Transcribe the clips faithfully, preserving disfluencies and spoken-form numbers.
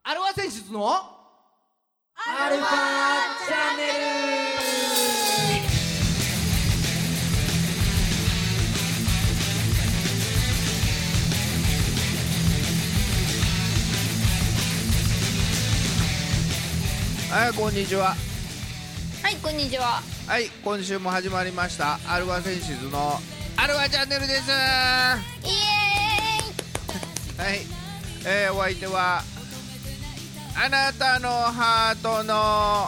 アルファ選出のアルファチャンネル。 はい、こんにちは。 はい、こんにちは。 はい、今週も始まりましたアルファセンシズのアルファチャンネルです。 イエはい、えー、お相手はあなたのハートの、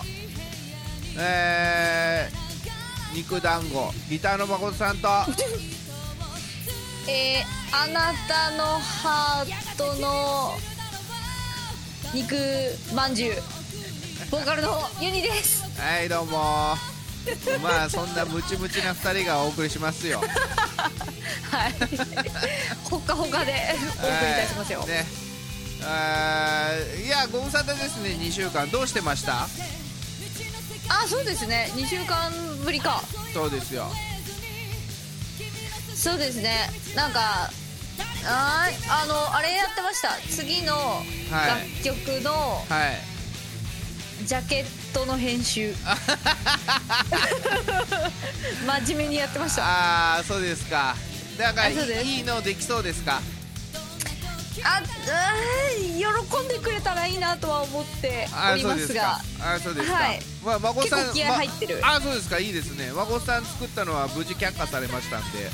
えー、肉団子ギターの誠さんとーイ、えー、あなたのハートの肉まんじゅうボーカルのユニです。 はい、どうもまあそんなムチムチなふたりがお送りしますよ。 はいほっかほかでお送りいたしますよ、 はい、ね、あいやご無沙汰ですね。にしゅうかんどうしてました？ あ、そうですね、にしゅうかんぶりか。 そうですよ。 そうですね、なんかあーあのあれやってました。次の楽曲の、 はい、 ジャケットの編集真面目にやってました。 ああ、そうですか。だからいいいのできそうですか？ あ、喜んでくれたらいいなとは思っておりますが。 あ、そうですか。 はい、 まあ、孫さん結構気合入ってる、 まあ、そうですか。いいですね。孫さん作ったのは無事却下されましたんで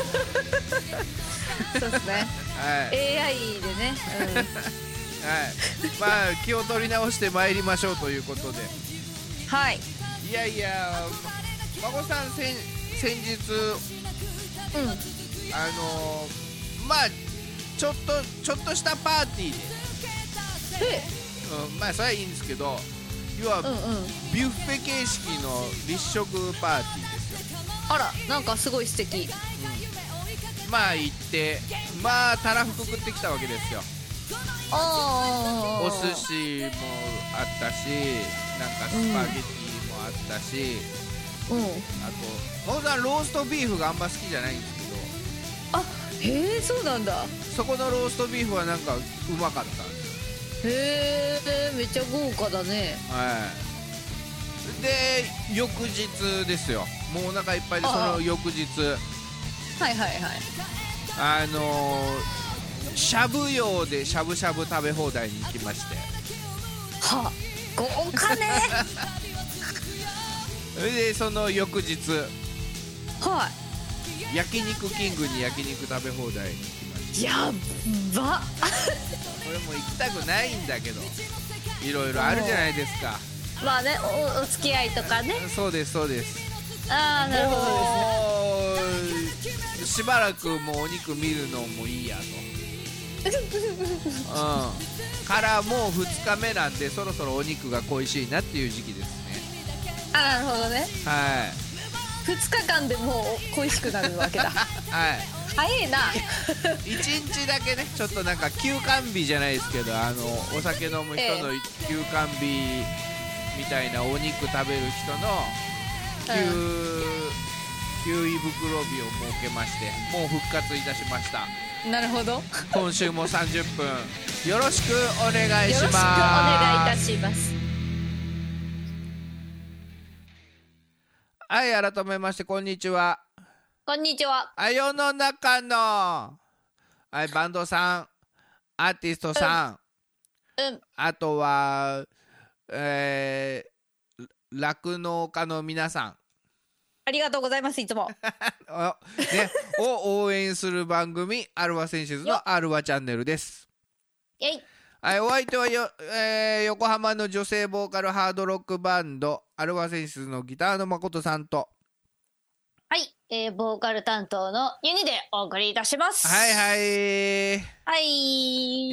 そうですね、 はい、 エーアイ でね、うんはい、まあ気を取り直してまいりましょうということで。 はい、 いやいや、孫さん先先日、 うん、 あのー、まあちょっとちょっとしたパーティーで、うん、まあそれはいいんですけど、要は、 うんうん、 ビュッフェ形式の立食パーティーですよ。 あら、なんかすごい素敵、 うん、まあ行ってまあたらふく食ってきたわけですよ。 あお寿司もあったし、なんかスパゲティもあったし、 うん、 あと孫さんローストビーフがあんま好きじゃないんですけど、 あ、へえ、そうなんだ。 そこのローストビーフはなんかうまかったんですよ。 へえ、めっちゃ豪華だね。 はい。で翌日ですよ。もうお腹いっぱいで、その翌日、 はいはいはい、 あのー、しゃぶ用でしゃぶしゃぶ食べ放題に行きまして、 はあ、豪華ねでその翌日、 は焼肉キングに焼肉食べ放題に行きましい、やばこれも行きたくないんだけど、いろいろあるじゃないですか。 まあね、 お, お付き合いとかね。 そうですそうです。 ああ、なるほどですね。しばらくもうお肉見るのもいいやとうん、からもうふつかめなんで、そろそろお肉が恋しいなっていう時期ですね。 あ、なるほどね。 はい。 ふつかかんでもう恋しくなるわけだはい。 早いな。 いちにちだけね、ちょっとなんか休館日じゃないですけど、あのお酒飲む人の休館日みたいな、お肉食べる人の休、うん、休胃袋日を設けまして、もう復活いたしました。 なるほど。 今週もさんじゅっぷんよろしくお願いします。 よろしくお願いいたします。 はい、改めましてこんにちは。 こんにちは。 あ、世の中の、はい、バンドさん、アーティストさん、 うん、うん、あとは、えー、酪農家の皆さん、 ありがとうございます。いつもね、を応援する番組アルファセンシズのアルファチャンネルです。 イェイ。 はい、お相手はよ、えー、横浜の女性ボーカルハードロックバンドアルファセンシズのギターの誠さんと、 はい、えー、ボーカル担当のユニでお送りいたします。 はいはいはい。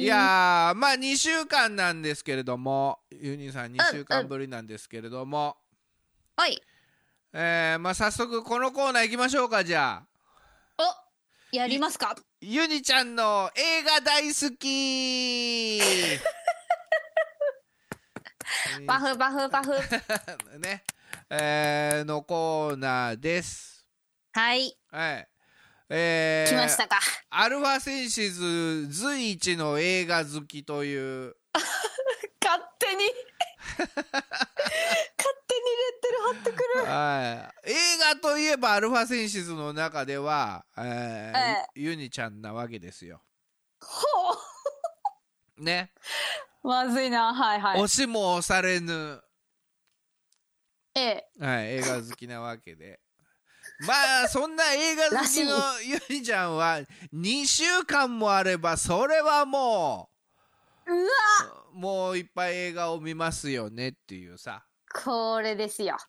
いやー、まあにしゅうかんなんですけれども、ユニさんにしゅうかんぶりなんですけれども、 うん、はい、えー、まあ早速このコーナー行きましょうか。じゃあ、お、やりますか。 ユニちゃんの映画大好きパフパフパフね、えー、のコーナーです。 はい、 はい、えー、 来ましたか。 アルファセンシズ随一の映画好きという手に勝手にレッテル貼ってくる。 はい、映画といえばアルファセンシズの中では、えーええユニちゃんなわけですよほね。 うまずいな。はいはい。 押しも押されぬ、 ええはい、映画好きなわけで、まあそんな映画好きのユニちゃんはにしゅうかんもあればそれはもうわうもういっぱい映画を見ますよねっていうさ、 これですよ。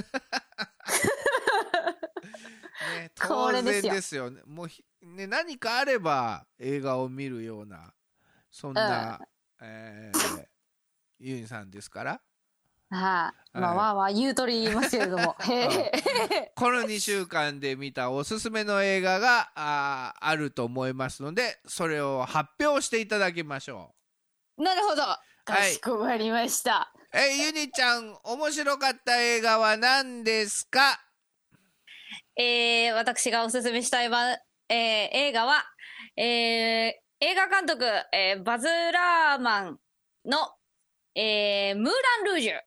ね、 こ当然れですよですよね。もうひね、何かあれば映画を見るようなそんな、えーユニさんですから、 はい、まあまあまあ言う通り言いますけれどもへえこのにしゅうかんで見たおすすめの映画が あ, あると思いますので、それを発表していただきましょなるほど、かしこまりました。 う。えユニちゃん、面白かった映画は何ですか？ えー、私がおすすめしたいば、えー、映画は、えー、映画監督、えー、バズ・ラーマンの、えー、ムーラン・ルージュ。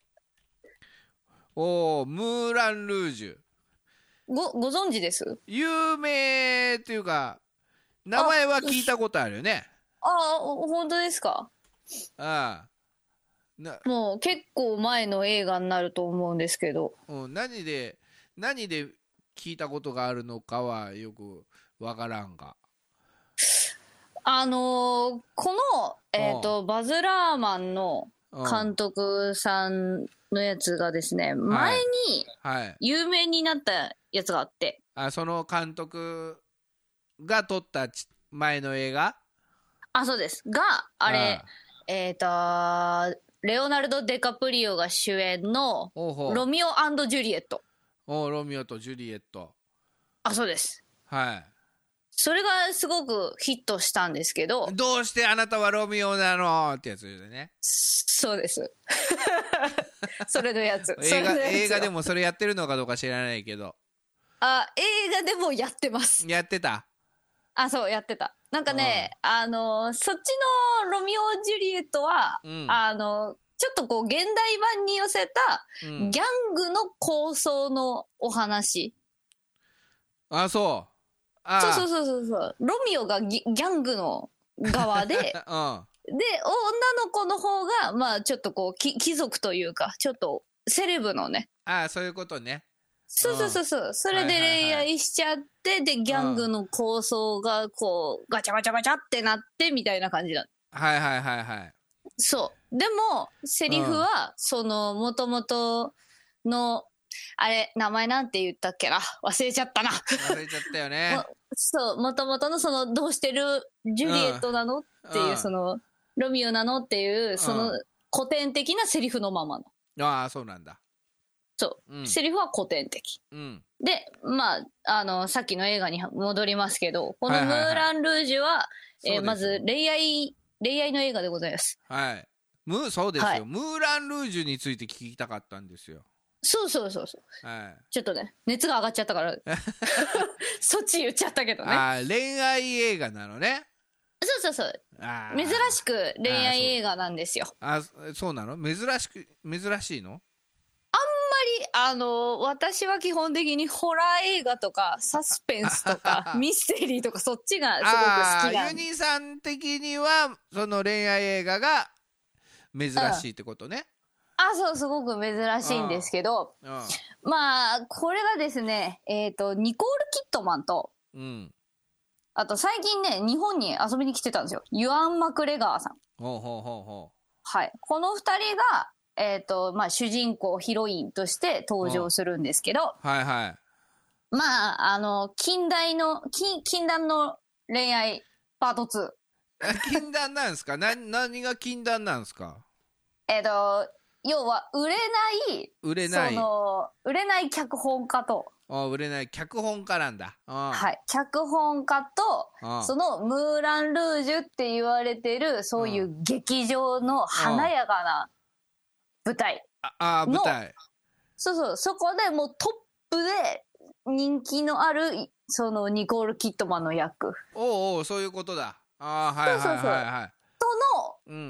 おー、ムーラン・ルージュ、 ごご存知です？ 有名っていうか名前は聞いたことあるよね。 ああ、本当ですか？ ああな、 もう結構前の映画になると思うんですけど、 うん、何で何で聞いたことがあるのかはよくわからんが、 あのーこの、えーと、バズ・ラーマンの監督さんのやつがですね、前にはい、 有名になったやつがあって、 あ、その監督が撮ったち前の映画、 あ、そうです。が、あれ、 あえっ、と、レオナルド・デカプリオが主演のおうほうロミオ&ジュリエット。 おうロミオとジュリエット、 あ、そうです。 はそれがすごくヒットしたんですけどい、、どうしてあなたはロミオなのってやつでね。 そうです。それのやつ。 映画それのやつよ映画でもそれやってるのかどうか知らないけど、 あ、映画でもやってます。 やってた。 あ、そう、やってた。なんかね、あの、そっちのロミオ・ジュリエットは、 うんあの、ちょっとこう、現代版に寄せた、 うんギャングの構想のお話。 あ、そうあそうそうそうそうそう。ロミオがギ、ギャングの側で、で、 うん女の子の方が、まあ、ちょっとこう、き貴族というか、ちょっと、セレブのね。 あ、そういうことね。 そうそうそうそう。それで恋愛しちゃって、で、ギャングの構想が、こう、ガチャガチャガチャってなって、みたいな感じだ。 はいはいはいはい。 そう。でも、セリフは、その、もともとの、あれ、名前なんて言ったっけな。忘れちゃったな。 忘れちゃったよね。 もそう、もともとのその、どうしてるジュリエットなのっていうう、 んその、ロミオなのっていう、そのう、 古典的なセリフのままの。 ああ、そうなんだ。 そう。 うんセリフは古典的。 うんで、まあ、あの、さっきの映画に戻りますけど、このムはいはいはいーラン・ルージュは、 そうですよえーまず恋愛、恋愛の映画でございます。 はいムーそうですよ、 はいムーラン・ルージュについて聞きたかったんですよ。 そうそうそうそう。 はいちょっとね、熱が上がっちゃったから、そっち言っちゃったけどね。 あー恋愛映画なのね。 そうそうそう。 あー珍しく恋愛映画なんですよ。 あそうそうなの、珍しく珍しいの。 あの、私は基本的にホラー映画とか、サスペンスとか、ミステリーとか、そっちがすごくああ好きなんユニさん的にはその恋愛映画が珍しいってことね。 あ、そう、すごく珍しいんですけど、 うんまあ、これがですね、えっと、ニコール・キットマンと、 うんあと最近ね、日本に遊びに来てたんですよ。ユアン・マクレガーさん。 ほうほうほうほはい。この二人が、えっと、まあ、主人公、ヒロインとして登場するんですけど、 うはいはいまあ、あの、近代の、近、近代の恋愛パートツー。 え禁断なんですか。な何が禁断なんですか。 えっと、要は、売れない、 売れないその、売れない脚本家と、 あ売れない脚本家なんだ。ははい、脚本家と、 ああそのムーラン・ルージュって言われてる、そういう劇場の華やかな舞台。 ああ舞台そうそう、そこでもうトップで人気のある、そのニコール・キットマンの役おうおうそういうことだ。ああはいはいはいはいとのうん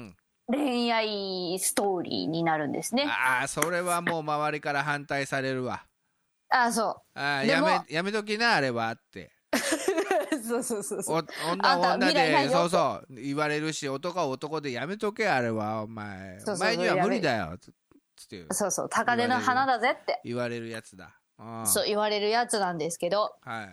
恋愛ストーリーになるんですね。 ああ、それはもう周りから反対されるわ。 あ、そああ、 でもやめやめときなあれはって。 う。そうそうそうそう。 お女は女あんた未来ないで、 よそうそう言われるし、男は男でやめとけあれは、お前そうそうそうお前には無理だよつつってそうそう、高嶺の花だぜって言われるやつだ。うん、 そう言われるやつなんですけど、 はい、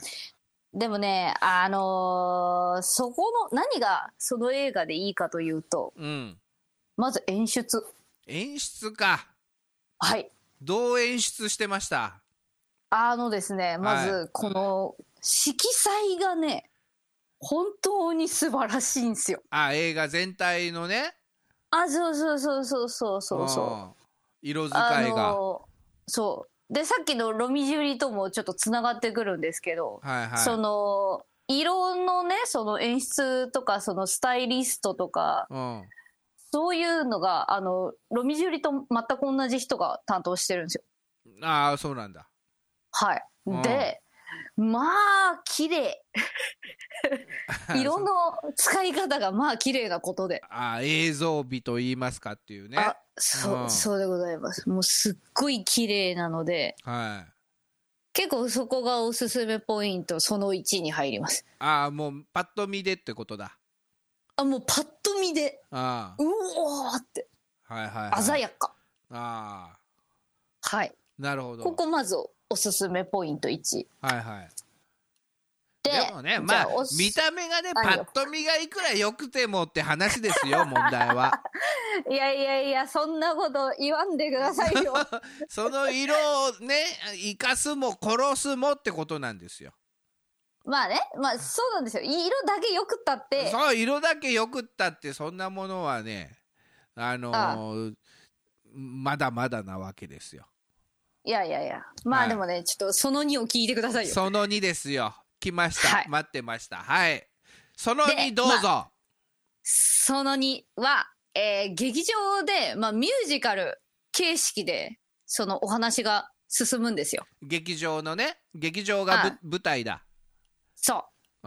でもね、あのーそこの何がその映画でいいかというと、 うん、 まず演出。 演出か。 はい。 どう演出してました？ あのですね、まはずこの色彩がね、本当に素晴らしいんですよ。 あ、映画全体のね。 あ、そうそうそうそうそうそうそう。 うん、色使あいが、 のーそうで、さっきのロミジュリともちょっとつながってくるんですけど、 はいはい、 その色のね、その演出とかそのスタイリストとか、 うん、 そういうのがあのロミジュリと全く同じ人が担当してるんですよ。 ああ、そうなんだ。 はい。 うんで、まあ綺麗色の使い方がまあ綺麗なことで、 あ、映像美と言いますかっていうね。 あ、そう、 うん、 そうでございます。もうすっごい綺麗なので、 はい。 結構そこがおすすめポイントそのいちに入ります。 ああ、もうパッと見でってことだ。 あ、もうパッと見で、 あうおーって、 あ、はいはい、はい、 鮮やか。 ああ、 はい。 なるほど。 ここまずおすすめポイントいち。 はいはい。 で、 でもね、まあ見た目がね、パッと見がいくら良くてもって話ですよ問題は。 いやいやいや、そんなこと言わんでくださいよ。 その色をね生かすも殺すもってことなんですよ。 まあね、まあそうなんですよ。色だけよくったって。 そう、色だけよくったってそんなものはね、あのー、あまだまだなわけですよ。 いやいやいや、まあでもね、はい、ちょっとそのにを聞いてくださいよ。 そのにですよ。来ました、はい、待ってました。はい、そのにどうぞ。まあ、 そのには、えー、劇場で、まあ、ミュージカル形式でそのお話が進むんですよ。 劇場のね、劇場が舞台だ。 そう。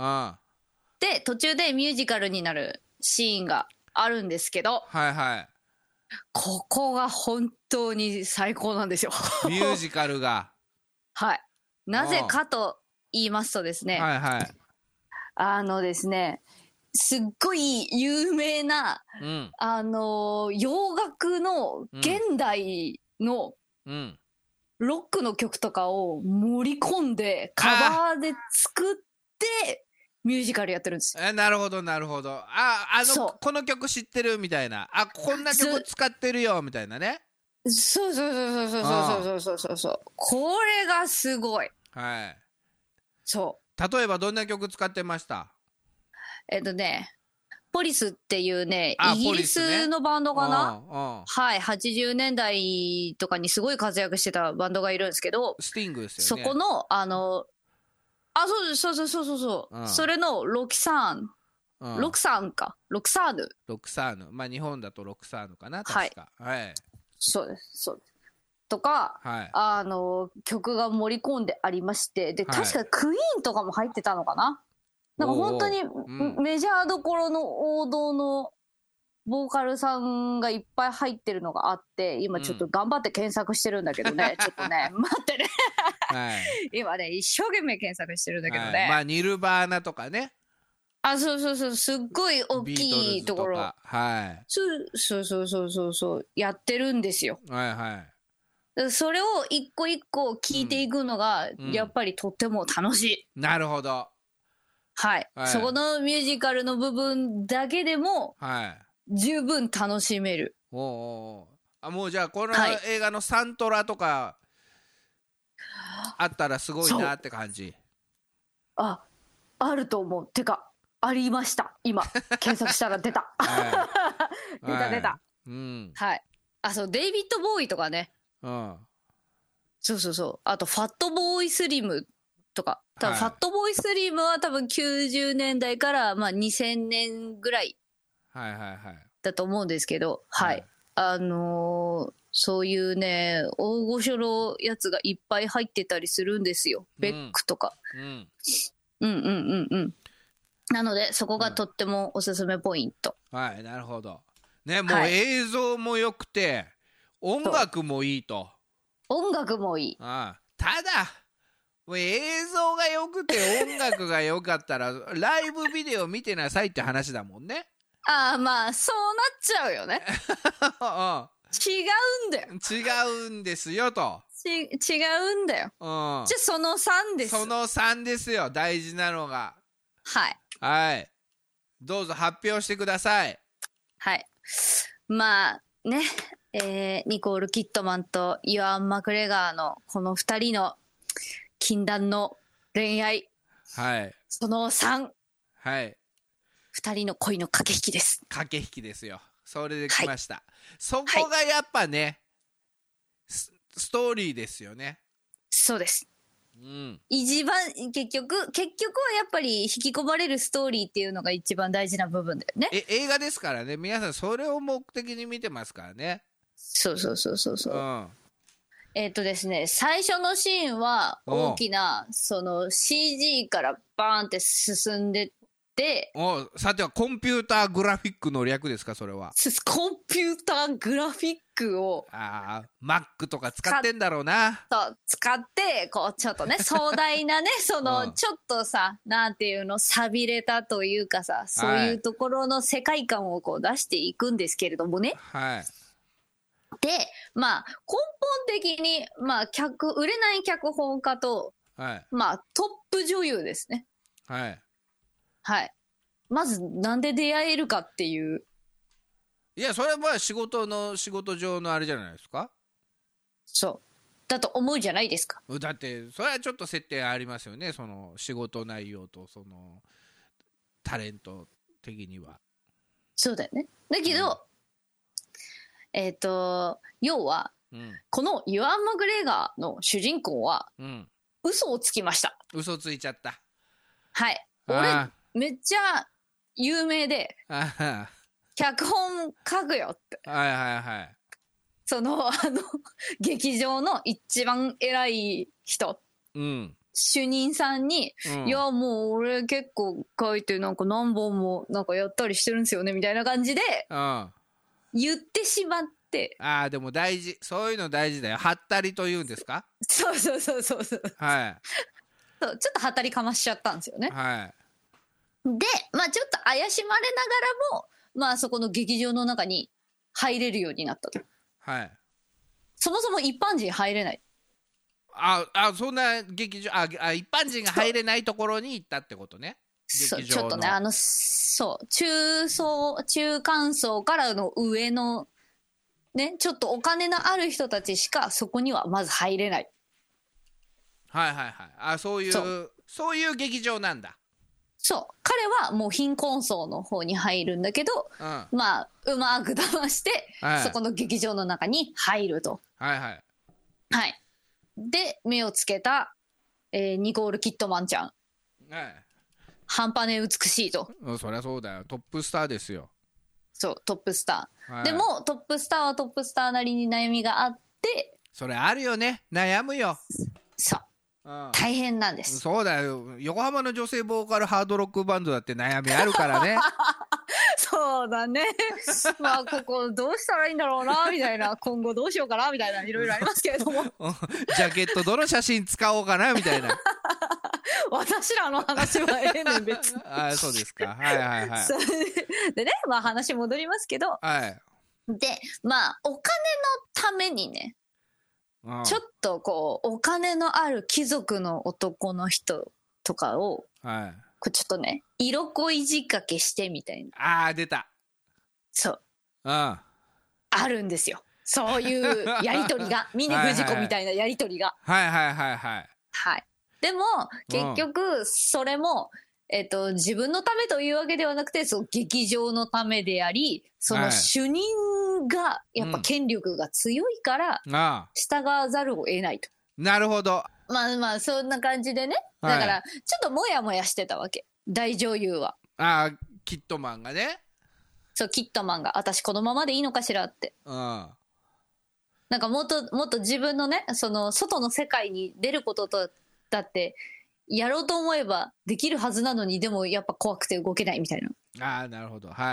ああ、 で途中でミュージカルになるシーンがあるんですけど、 はいはい、 ここが本当に最高なんですよ。 ミュージカルがはい。なぜかと言いますとですね、 はいはい、 あのですね、すっごい有名な、うん、あの洋楽の現代のロックの曲とかを盛り込んでカバーで作ってミュージカルやってるんです。 え、なるほどなるほど。あ、あのこの曲知ってるみたいな、あ、こんな曲使ってるよみたいなね。 そうそうそうそうそうそうそうそうそう、これがすごい。 はい。 そう例えばどんな曲使ってました？ えっとね、ポリスっていうね、イギリスのバンドかな、ね、はい、はちじゅうねんだいとかにすごい活躍してたバンドがいるんですけど、 スティングですよね。 そこのあのあ、そうそうそうそうそうそう、うん、それのロキサーン、うん、ロクサーンか、ロクサーヌ、 ロクサーヌ、まあ日本だとロクサーヌかな、確か。はい、はい、 そうですそうですとか、はい、あの曲が盛り込んでありまして、で確かクイーンとかも入ってたのかな、なんか本当にメジャーどころの王道のボーカルさんがいっぱい入ってるのがあって、今ちょっと頑張って検索してるんだけどね、うん、ちょっとね待ってね、はい、今ね一生懸命検索してるんだけどね、はい、 まあニルバーナとかね、 あ、そうそうそう、すっごい大きいところ、 はい、 そうそうそうそうそうそうやってるんですよ。 はいはい。 それを一個一個聞いていくのがやっぱりとっても楽しい。 うんうん、なるほど。 はい、はい、そこのミュージカルの部分だけでも十分楽しめる。 はい、おうおう、あ、もうじゃあこの映画のサントラとかあったらすごいなって感じ。 あ、あると思う。てかありました。今検索したら出た、はい、出た出た、はい、うん、はい、あ、そう、デイビッド・ボーイとかね、うん、そうそうそう、あとファットボーイスリムとか、多分ファットボーイスリムは多分きゅうじゅうねんだいからまあにせんねんぐらいだと思うんですけど、はい、はい、あのー、そういうね大御所のやつがいっぱい入ってたりするんですよ、ベックとか、うん、うん、うんうんうんうんなのでそこがとってもおすすめポイント、 うん、はい、なるほど。 ね、もうはい映像も良くて音楽もいいと。 音楽もいい。 ああ、ただもう映像が良くて音楽が良かったらライブビデオ見てなさいって話だもんね。 ああ、まあそうなっちゃうよね。違うんだよ。 違うんですよと。 ち違うんだよ。 うん、 じゃあそのさんです。 そのさんですよ、大事なのが。 はいはい、どうぞ発表してください。 はい。まあね、えー、ニコール・キットマンとイワン・マクレガーのこのふたりの禁断の恋愛、 はい、 そのさん、 はい、 ふたりの恋の駆け引きです。 駆け引きですよ。それで来ました、はい、そこがやっぱね、はい、ス, ストーリーですよね。 そうです、 うん、 一番結局結局はやっぱり引き込まれるストーリーっていうのが一番大事な部分だよね。 え映画ですからね、皆さんそれを目的に見てますからね。 そうそうそうそうそう、うん、えっ、ー、とですね、最初のシーンは大きなその シージー からバーンって進んでっておさてはコンピューターグラフィックの略ですか、それは。 コンピューターグラフィックをああ Mac とか使ってんだろうな。 そう使ってこうちょっとね壮大なねその、うん、ちょっとさなんていうの寂れたというかさそういうところの世界観をこう出していくんですけれどもね。 はい。 でまあ根本的にまあ脚売れない脚本家と、はい、まあトップ女優ですね。 はいはい。まずなんで出会えるかっていう。 いやそれはまあ仕事の仕事上のあれじゃないですか。 そうだと思うじゃないですか。 だってそれはちょっと設定ありますよね、その仕事内容とそのタレント的には。 そうだよね。だけど、うん、えっ、ー、と要は、うん、このユアン・マグレガーの主人公は、うん、嘘をつきました。 嘘ついちゃった。 はい。俺めっちゃ有名で脚本書くよって。 はいはいはい。 そのあの劇場の一番偉い人、うん、主任さんに、うん、いやもう俺結構書いてなんか何本もなんかやったりしてるんですよねみたいな感じで言ってしまって、 うん、ああでも大事、そういうの大事だよ。はったりと言うんですか。 そうそうそうそうそう、 はい、 そうちょっとはったりかましちゃったんですよね。 はい。 でまあちょっと怪しまれながらもまあそこの劇場の中に入れるようになったと。はい。そもそも一般人入れない。 ああそんな劇場 あ, あ一般人が入れないところに行ったってことね。 そうちょっとねあのそう中層中間層からの上のねちょっとお金のある人たちしかそこにはまず入れない。 はいはいはい。あそういうそうそういう劇場なんだ。 そう彼はもう貧困層の方に入るんだけど、うん、まあうまく騙して、はい、そこの劇場の中に入ると。 はいはいはいで目をつけた、えー、ニコール・キットマンちゃん、はい、半端ね美しいと。 うん、そりゃそうだよ、トップスターですよ。 そうトップスター、はい、でもトップスターはトップスターなりに悩みがあって。 それあるよね、悩むよ。 そううん、大変なんです。 そうだよ、横浜の女性ボーカルハードロックバンドだって悩みあるからね。 そうだね。まあここどうしたらいいんだろうなみたいな、今後どうしようかなみたいないろいろありますけれども。 ジャケットどの写真使おうかなみたいな。 私らの話はええねん別に。 あそうですか。はいはいはい。 でねまあ話戻りますけど、はい、でまあお金のためにね、うん、ちょっとこうお金のある貴族の男の人とかを、はい、これちょっとね色恋仕掛けしてみたいな。 あー出た。 そう、 うん、あるんですよそういうやり取りが峰不二子みたいなやり取りが。 はいはいはいはいはい。でも結局それも、うん、えっと自分のためというわけではなくて、そう劇場のためであり、その主任がやっぱ権力が強いから従わざるを得ないと。 うん、なるほど。 まあまあそんな感じでね、だからちょっとモヤモヤしてたわけ、大女優は。 ああキットマンがね。 そうキットマンが私このままでいいのかしらって。うん。なんかもっともっと自分のねその外の世界に出ることとだってやろうと思えばできるはずなのに、でもやっぱ怖くて動けないみたいな。 ああなるほど。はい。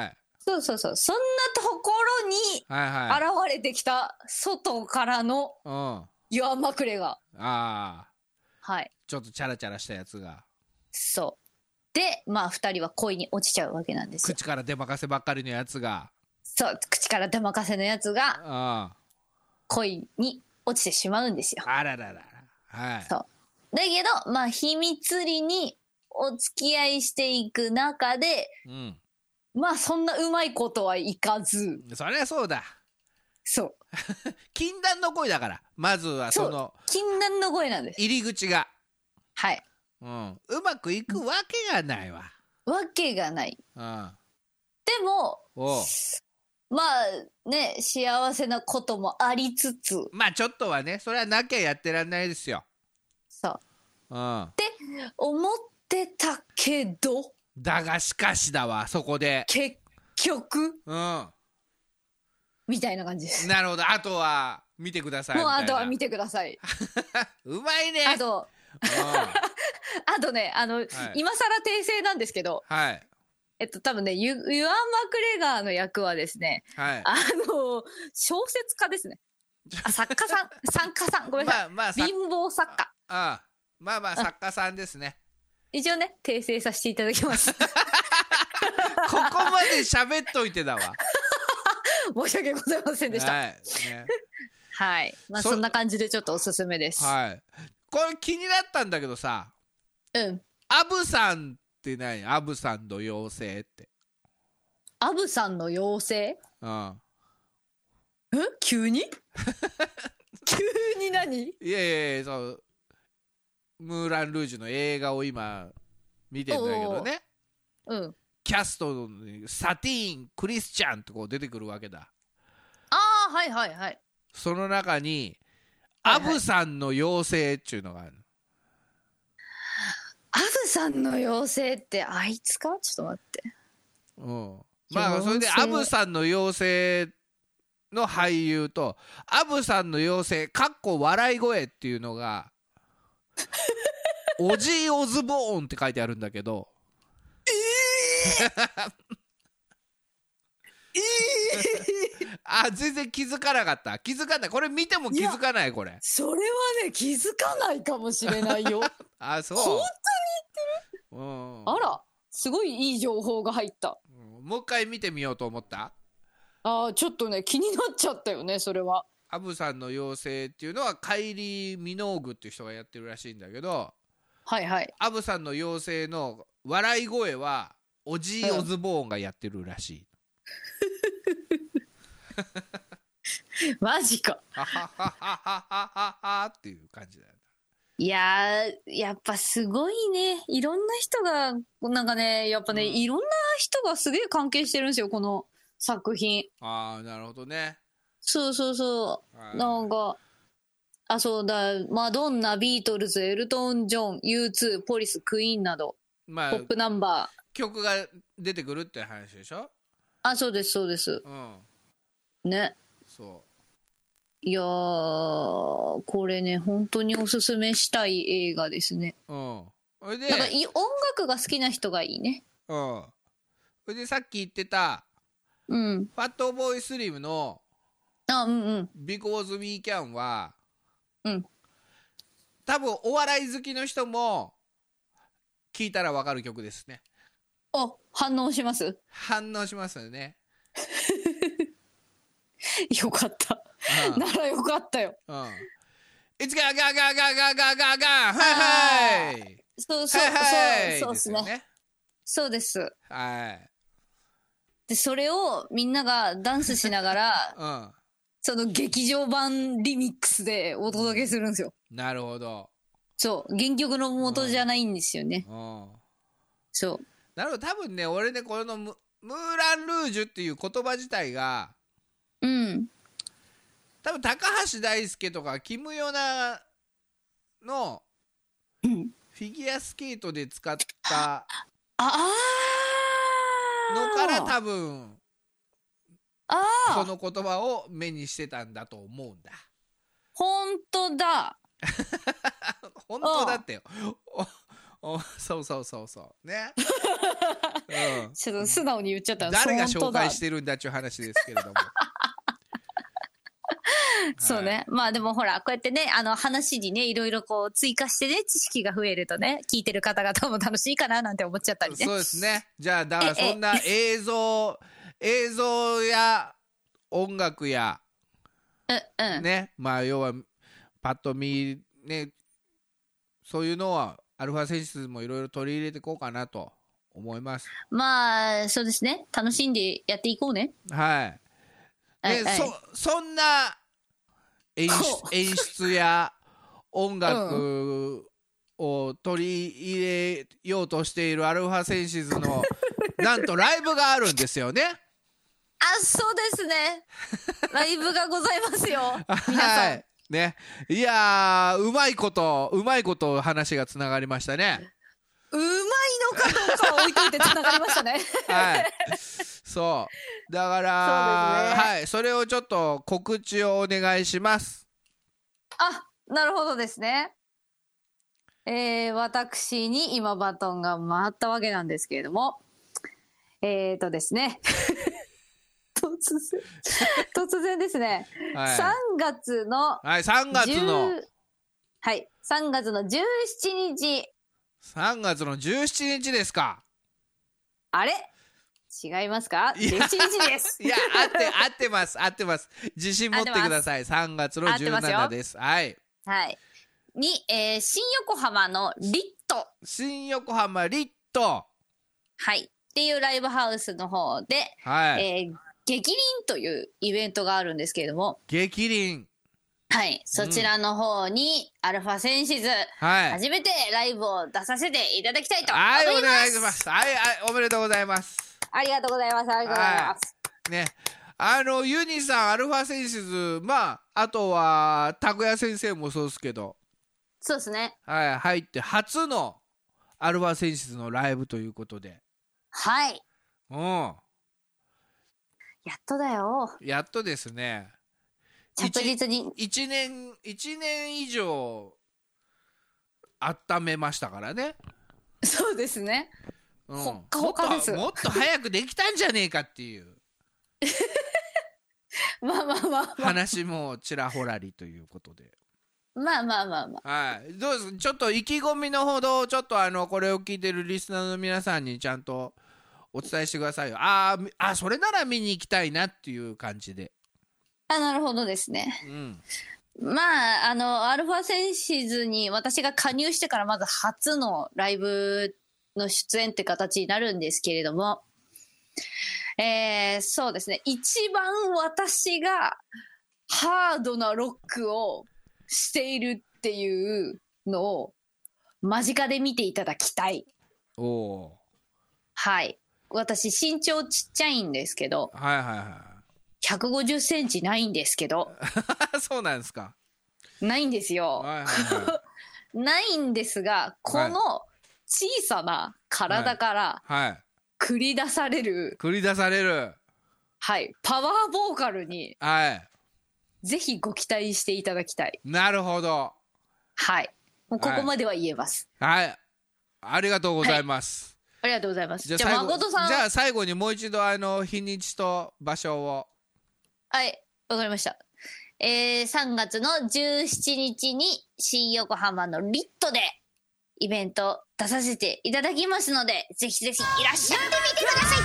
そうそうそう。そんなところにはいはい。 現れてきた外からのうん。あユアン・マクレが。 あ。 はい。 ちょっとチャラチャラしたやつが。 そう。で、まあ二人は恋に落ちちゃうわけなんですよ。 口から出任せばっかりのやつが。 そう、口から出任せのやつがあ恋に落ちてしまうんですよ。 あ。あらららら。はい。 そう。だけど、まあ秘密裏にお付き合いしていく中で、 うん。 まあそんなうまいことはいかず、 そりゃそうだ。 そう。 禁断の恋だから。まずはその禁断の声なんです。 入り口が。 はい。 うん。うまくいくわけがないわ。 わけがない。 うん。 でも、 おう。 まあね、幸せなこともありつつ、 まあちょっとはね、それはなきゃやってらんないですよ。 そう。 うん。 思ってたけど、 だがしかしだわ、そこで。 結局、 うん。 みたいな感じです。 なるほど。あとは見てくださいみもうたいな。 あとは見てください。 うまいね。 あと、あとね、あの、 はい、 今更訂正なんですけど、 はい。 えっと、多分ね、ユ、ユアン・マクレガーの役はですね、 はい。 あの、小説家ですね。あ、作家さん、作家さん、ごめんなさい。 まあまあ、 貧乏作家。 ああ、まあまあ、作家さんですね。 一応ね、訂正させていただきます。 ここまで喋っといてだわ。 申し訳ございませんでした。 はい。ね、 はい。まあ、そんな感じでちょっとおすすめです。 はい。これ気になったんだけどさ、 うん。 アブさんって何？アブさんの妖精って。 アブさんの妖精？ うん。 え？急に急に何？ いやいやいや、そう。ムーラン・ルージュの映画を今見てんだけどね。 うん。 キャストにサティーン・クリスチャンってこう出てくるわけだ。 ああ、はいはいはい。 その中に、 はいはい、 アブさんの妖精っていうのがある。 アブさんの妖精ってあいつか？ちょっと待って。 うん。まあそれでアブさんの妖精の俳優とアブさんの妖精かっこ笑い声っていうのがオジー・オズボーンって書いてあるんだけど、えー、えー、あ、全然気づかなかった。気づかない。これ見ても気づかない。これそれはね、気づかないかもしれないよ。 あ、そう。 本当に言ってる、うん、 あら、すごいいい情報が入った、 うん、もう一回見てみようと思った。 あ、ちょっとね気になっちゃったよね、それは。 アブさんの妖精っていうのはカイリー・ミノーグっていう人がやってるらしいんだけど、 はいはい。 アブさんの妖精の笑い声はオジー・オズボーンがやってるらしい、 うん、マジか。 はははははははっていう感じだよ。 いやー、やっぱすごいね。いろんな人がなんかね、やっぱね、うん、いろんな人がすげえ関係してるんですよ、この作品。 ああ、なるほどね。 そうそうそう。なんか、あ、そうだ、マドンナ、ビートルズ、エルトン・ジョン、ユーツー、ポリス、クイーンなど、まあ、ポップナンバー。 曲が出てくるって話でしょ？ あ、そうです、そうです。うん。ね。そう。いやー、これね、本当におすすめしたい映画ですね。うん。それで、なんか音楽が好きな人がいいね。 うん。それでさっき言ってた、うん、ファットボーイスリムの、 あ、うんうん。 Because We Can は、 うん。 多分お笑い好きの人も聞いたら分かる曲ですね。 お、反応します？ 反応しますよね。 よかった。ならよかったよ。うん。 いつかガガガガガガガはいはい。 そうそうそうそうですね。そうです。はい。でそれをみんながダンスしながら、うん、その劇場版リミックスでお届けするんですよ。 なるほど。 そう原曲の元じゃないんですよね。うん、そう。 なるほど。多分ね俺ねこのムムーラン・ルージュっていう言葉自体が。うん、多分高橋大輔とかキム・ヨナのフィギュアスケートで使ったのから多分この言葉を目にしてたんだと思うんだ。 本当だ。 本当だってよ。 おそうそうそうそうね、うん、 ちょっと素直に言っちゃった。 誰が紹介てしてるんだっていう話ですけれどもそうね、まあでもほらこうやってね、あの話にねいろいろこう追加してね、知識が増えるとね、聞いてる方々も楽しいかななんて思っちゃったりね。 そうですね。じゃあだからそんな映像映像や音楽やうんうん、 ね、まあ要はパッと見ね、そういうのはアルファセンシズもいろいろ取り入れていこうかなと思います。 まあそうですね、楽しんでやっていこうね。 はい。で、 はいはい、 そそんな演出演出や音楽を取り入れようとしているアルファセンシズのなんとライブがあるんですよね。 あ、そうですね。ライブがございますよ。皆さん。 はい。ね。いやー、うまいこと、うまいこと話がつながりましたね。 うまいのかどうかは置いといてつながりましたね。 はい。そう。だから、そうですね、はい。それをちょっと告知をお願いします。 あ、なるほどですね。えー、私に今バトンが回ったわけなんですけれども、えーとですね。突然突然ですね、はい、さんがつのはいさんがつのはいさんがつのじゅうしちにちさんがつのじゅうしちにちですか。 あれ違いますか。じゅうしちにちです。 いや合って合ってます合ってます。自信持ってください。さんがつのじゅうしちにちです。はいはいに、えー、新横浜のリット新横浜リットはいっていうライブハウスの方で、 はい、 えー激鱗というイベントがあるんですけれども、 激鱗、 はいそちらの方にアルファセンシズ、はい、初めてライブを出させていただきたいと思います。 はいお願いします。はい、はい、おめでとうございます。 ありがとうございますありがとうございます、 はい、ね、あのユニさんアルファセンシズ、まああとは拓也先生もそうですけど、 そうですね、 はい入って初のアルファセンシズのライブということで、 はいうんやっとだよ。 やっとですね。 着実にいちねんいちねん以上温めましたからね。 そうですね、 うん、 ほっかほかです。 もっともっと早くできたんじゃねえかっていうまあまあまあ、まあ、 話もちらほらりということで、 まあまあまあまあ、 はい、どうですちょっと意気込みのほどちょっとあのこれを聞いてるリスナーの皆さんにちゃんとお伝えしてくださいよ。ああそれなら見に行きたいなっていう感じで。 あ、なるほどですね、うん、まああのアルファセンシズに私が加入してからまず初のライブの出演って形になるんですけれども、えー、そうですね、一番私がハードなロックをしているっていうのを間近で見ていただきたい。 おー、 はい私身長ちっちゃいんですけど、 はいはいはい、 ひゃくごじゅっセンチないんですけどそうなんですか。 ないんですよ、はいはいはい、ないんですがこの小さな体から繰り出される、はいはい、 繰り出される、 はい、パワーボーカルに、はい、ぜひご期待していただきたい。 なるほど、 はいもうここまでは言えます。 はい、はい、ありがとうございます、はい、 ありがとうございます。 じゃあ誠さん、じゃあ最後にもう一度あの日にちと場所を。 はいわかりました。えー、さんがつのじゅうしちにちに新横浜のリットでイベント出させていただきますので、ぜひぜひいらっしゃってみてください。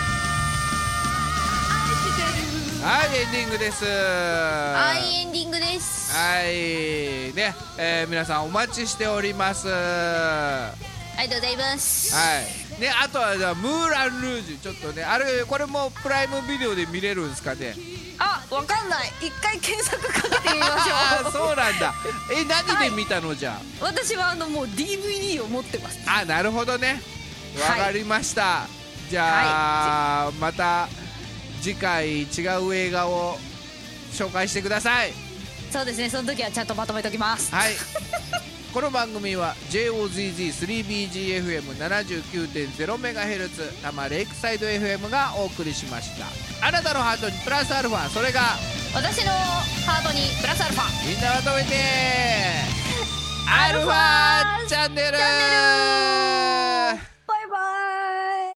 はいエンディングです。 はいエンディングです。 はいね、えー、皆さんお待ちしております。 ありがとうございます。 はいね、あとはじゃあムーラン・ルージュちょっとね、あれこれもプライムビデオで見れるんですかね。 あ、わかんない。一回検索かけてみましょう。 あ、そうなんだ。え、何で見たの、はい、じゃあ。 私はあのもう ディーブイディー を持ってます。 あ、なるほどね。わかりました。はい、じゃあ、はい、また次回違う映画を紹介してください。 そうですね。その時はちゃんとまとめておきます。 はい。この番組は ジェイオーゼットゼットスリービージーエフエムななじゅうきゅうてんゼロメガヘルツ 多摩レイクサイド エフエム がお送りしました。あなたのハートにプラスアルファ、それが私のハートにプラスアルファ、 みんなまとめてアルファチャンネル。